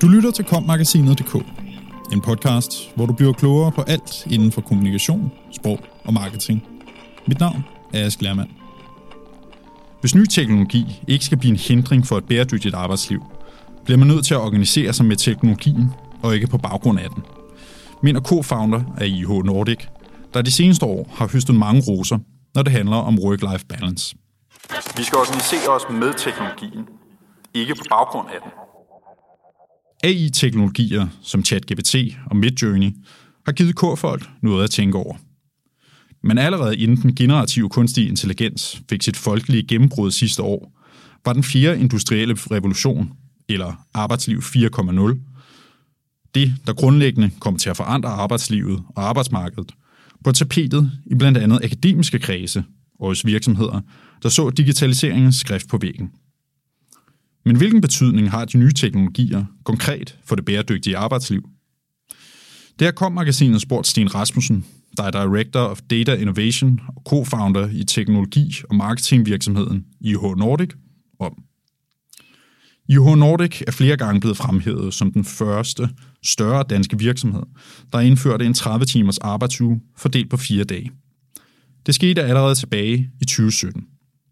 Du lytter til kommagasinet.dk, en podcast, hvor du bliver klogere på alt inden for kommunikation, sprog og marketing. Mit navn er Ask Lermand. Hvis ny teknologi ikke skal blive en hindring for et bæredygtigt arbejdsliv, bliver man nødt til at organisere sig med teknologien og ikke på baggrund af den. Min og co-founder af IH Nordic, der de seneste år har høstet mange roser, når det handler om work-life balance. Vi skal organisere os med teknologien, ikke på baggrund af den. AI-teknologier som ChatGPT og Midjourney har givet K-folk noget at tænke over. Men allerede inden den generative kunstige intelligens fik sit folkelige gennembrud sidste år, var den 4. industrielle revolution, eller arbejdsliv 4.0, det, der grundlæggende kom til at forandre arbejdslivet og arbejdsmarkedet, på tapetet i blandt andet akademiske kredse og hos virksomheder, der så digitaliseringens skrift på væggen. Men hvilken betydning har de nye teknologier konkret for det bæredygtige arbejdsliv? Det har Kommagasinet spurgt Sten Rasmussen, der er Director of Data Innovation og co-founder i teknologi- og marketingvirksomheden IH Nordic, om. IH Nordic er flere gange blevet fremhævet som den første større danske virksomhed, der indførte en 30-timers arbejdsuge fordelt på 4 dage. Det skete allerede tilbage i 2017.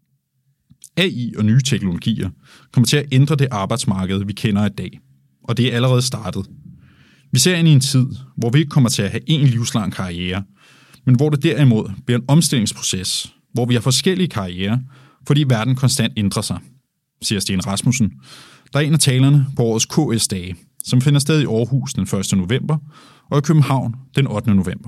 AI og nye teknologier kommer til at ændre det arbejdsmarked, vi kender i dag, og det er allerede startet. Vi ser ind i en tid, hvor vi ikke kommer til at have én livslang karriere, men hvor det derimod bliver en omstillingsproces, hvor vi har forskellige karrierer, fordi verden konstant ændrer sig, siger Sten Rasmussen, der er en af talerne på årets KS-dage, som finder sted i Aarhus den 1. november og i København den 8. november.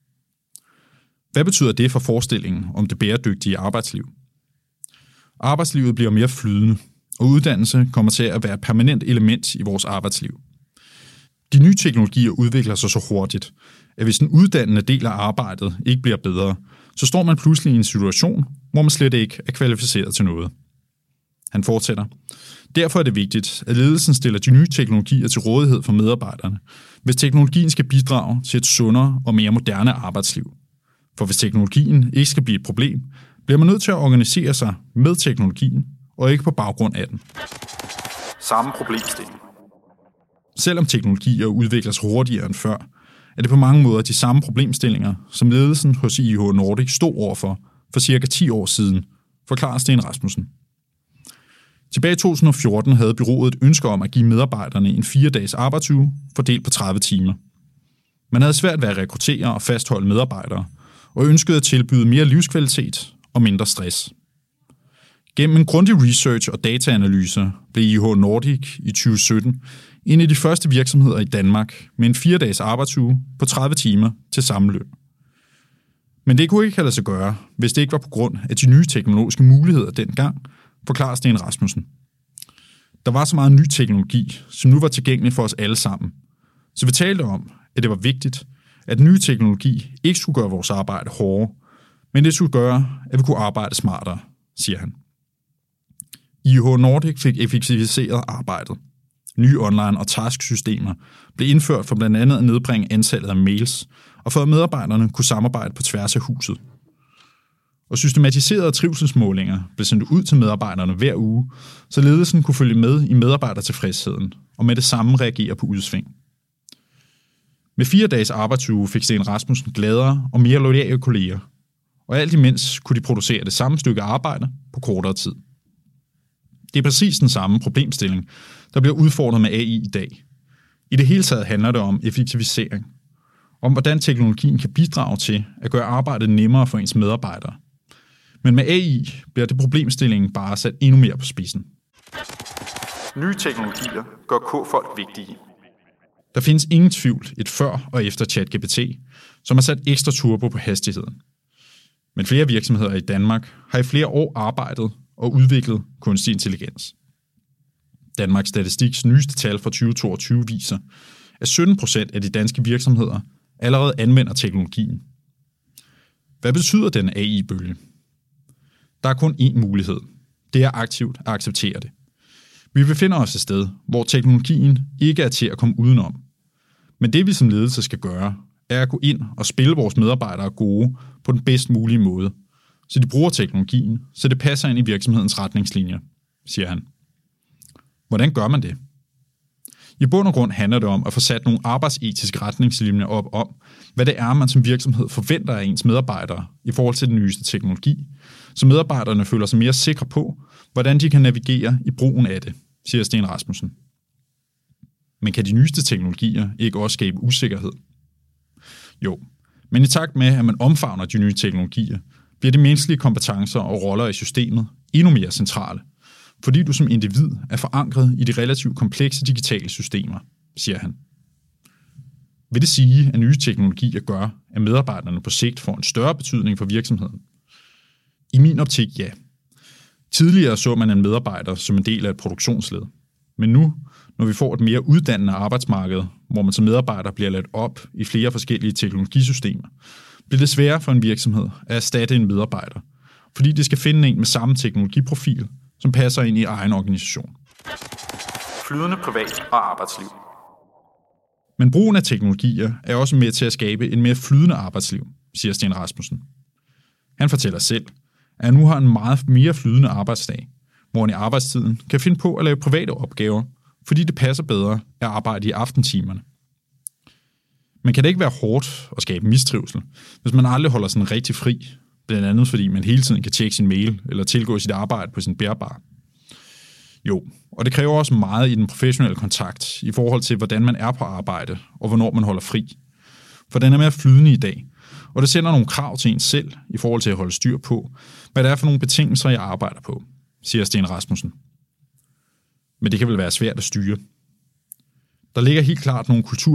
Hvad betyder det for forestillingen om det bæredygtige arbejdsliv? Arbejdslivet bliver mere flydende, og uddannelse kommer til at være et permanent element i vores arbejdsliv. De nye teknologier udvikler sig så hurtigt, at hvis den uddannende del af arbejdet ikke bliver bedre, så står man pludselig i en situation, hvor man slet ikke er kvalificeret til noget. Han fortsætter. Derfor er det vigtigt, at ledelsen stiller de nye teknologier til rådighed for medarbejderne, hvis teknologien skal bidrage til et sundere og mere moderne arbejdsliv. For hvis teknologien ikke skal blive et problem, bliver man nødt til at organisere sig med teknologien, og ikke på baggrund af den. Samme problemstilling. Selvom teknologier udvikles hurtigere end før, er det på mange måder de samme problemstillinger, som ledelsen hos IH Nordic stod overfor for cirka 10 år siden, forklarer Sten Rasmussen. Tilbage i 2014 havde bureauet et ønske om at give medarbejderne en 4-dages arbejdsuge fordelt på 30 timer. Man havde svært ved at rekruttere og fastholde medarbejdere, og ønskede at tilbyde mere livskvalitet og mindre stress. Gennem en grundig research og dataanalyse blev IH Nordic i 2017 en af de første virksomheder i Danmark med en 4-dages arbejdsuge på 30 timer til samme løn. Men det kunne ikke lade sig gøre, hvis det ikke var på grund af de nye teknologiske muligheder dengang, forklarer Sten Rasmussen. Der var så meget ny teknologi, som nu var tilgængelig for os alle sammen. Så vi talte om, at det var vigtigt, at ny teknologi ikke skulle gøre vores arbejde hårdere, men det skulle gøre, at vi kunne arbejde smartere, siger han. IH Nordic fik effektiviseret arbejdet. Nye online- og tasksystemer blev indført for blandt andet at nedbringe antallet af mails, og for at medarbejderne kunne samarbejde på tværs af huset. Og systematiserede trivselsmålinger blev sendt ud til medarbejderne hver uge, så ledelsen kunne følge med i medarbejdertilfredsheden og med det samme reagere på udsving. Med 4 dages arbejdsuge fik Sten Rasmussen gladere og mere loyale kolleger, og alt imens kunne de producere det samme stykke arbejde på kortere tid. Det er præcis den samme problemstilling, der bliver udfordret med AI i dag. I det hele taget handler det om effektivisering, om hvordan teknologien kan bidrage til at gøre arbejdet nemmere for ens medarbejdere. Men med AI bliver det problemstillingen bare sat endnu mere på spidsen. Nye teknologier gør K-folk vigtige. Der findes ingen tvivl et før og efter ChatGPT, som har sat ekstra turbo på hastigheden. Men flere virksomheder i Danmark har i flere år arbejdet og udviklet kunstig intelligens. Danmarks Statistiks nyeste tal fra 2022 viser, at 17% af de danske virksomheder allerede anvender teknologien. Hvad betyder den AI-bølge? Der er kun én mulighed. Det er aktivt at acceptere det. Vi befinder os et sted, hvor teknologien ikke er til at komme udenom. Men det vi som ledelse skal gøre, er at gå ind og spille vores medarbejdere gode på den bedst mulige måde, så de bruger teknologien, så det passer ind i virksomhedens retningslinjer, siger han. Hvordan gør man det? I bund og grund handler det om at få sat nogle arbejdsetiske retningslinjer op om, hvad det er, man som virksomhed forventer af ens medarbejdere i forhold til den nyeste teknologi, så medarbejderne føler sig mere sikre på, hvordan de kan navigere i brugen af det, siger Sten Rasmussen. Men kan de nyeste teknologier ikke også skabe usikkerhed? Jo, men i takt med, at man omfavner de nye teknologier, bliver de menneskelige kompetencer og roller i systemet endnu mere centrale, fordi du som individ er forankret i de relativt komplekse digitale systemer, siger han. Vil det sige, at nye teknologier gør, at medarbejderne på sigt får en større betydning for virksomheden? I min optik, ja. Tidligere så man en medarbejder som en del af et produktionsled. Men nu, når vi får et mere uddannende arbejdsmarked, hvor man som medarbejder bliver ladt op i flere forskellige teknologisystemer, bliver det sværere for en virksomhed at erstatte en medarbejder, fordi de skal finde en med samme teknologiprofil, som passer ind i egen organisation. Flydende privat- og arbejdsliv. Men brugen af teknologier er også med til at skabe en mere flydende arbejdsliv, siger Sten Rasmussen. Han fortæller selv, at han nu har en meget mere flydende arbejdsdag, hvor han i arbejdstiden kan finde på at lave private opgaver, fordi det passer bedre at arbejde i aftentimerne. Men kan det ikke være hårdt at skabe mistrivsel, hvis man aldrig holder sådan rigtig fri, blandt andet fordi man hele tiden kan tjekke sin mail eller tilgå sit arbejde på sin bærbar? Jo, og det kræver også meget i den professionelle kontakt i forhold til, hvordan man er på arbejde og hvornår man holder fri. For den er mere flydende i dag, og det sender nogle krav til en selv i forhold til at holde styr på, hvad det er for nogle betingelser, jeg arbejder på, siger Sten Rasmussen. Men det kan vel være svært at styre. Der ligger helt klart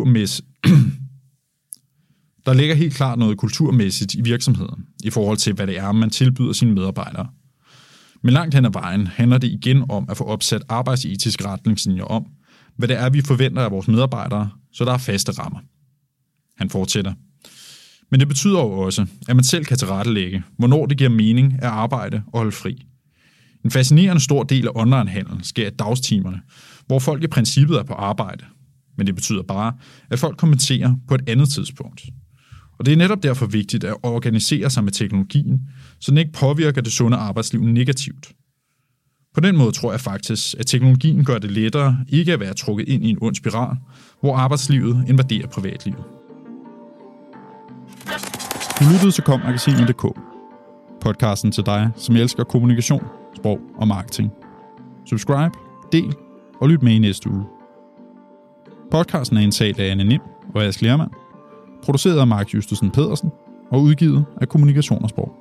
noget kulturmæssigt i virksomheden i forhold til, hvad det er, man tilbyder sine medarbejdere. Men langt hen ad vejen handler det igen om at få opsat arbejdsetiske retningslinjer om, hvad det er, vi forventer af vores medarbejdere, så der er faste rammer. Han fortsætter. Men det betyder jo også, at man selv kan tilrettelægge, hvornår det giver mening at arbejde og holde fri. En fascinerende stor del af onlinehandel sker i dagstimerne, hvor folk i princippet er på arbejde. Men det betyder bare, at folk kommenterer på et andet tidspunkt. Og det er netop derfor vigtigt at organisere sig med teknologien, så den ikke påvirker det sunde arbejdsliv negativt. På den måde tror jeg faktisk, at teknologien gør det lettere ikke at være trukket ind i en ond spiral, hvor arbejdslivet invaderer privatlivet. Du lyttede til KOM-magasinet.dk, podcasten til dig, som elsker kommunikation, sprog og marketing. Subscribe, del og lyt med i næste uge. Podcasten er indtalt af Anne Nim og Ask Lermand, produceret af Mark Justesen Pedersen og udgivet af Kommunikation og Sprog.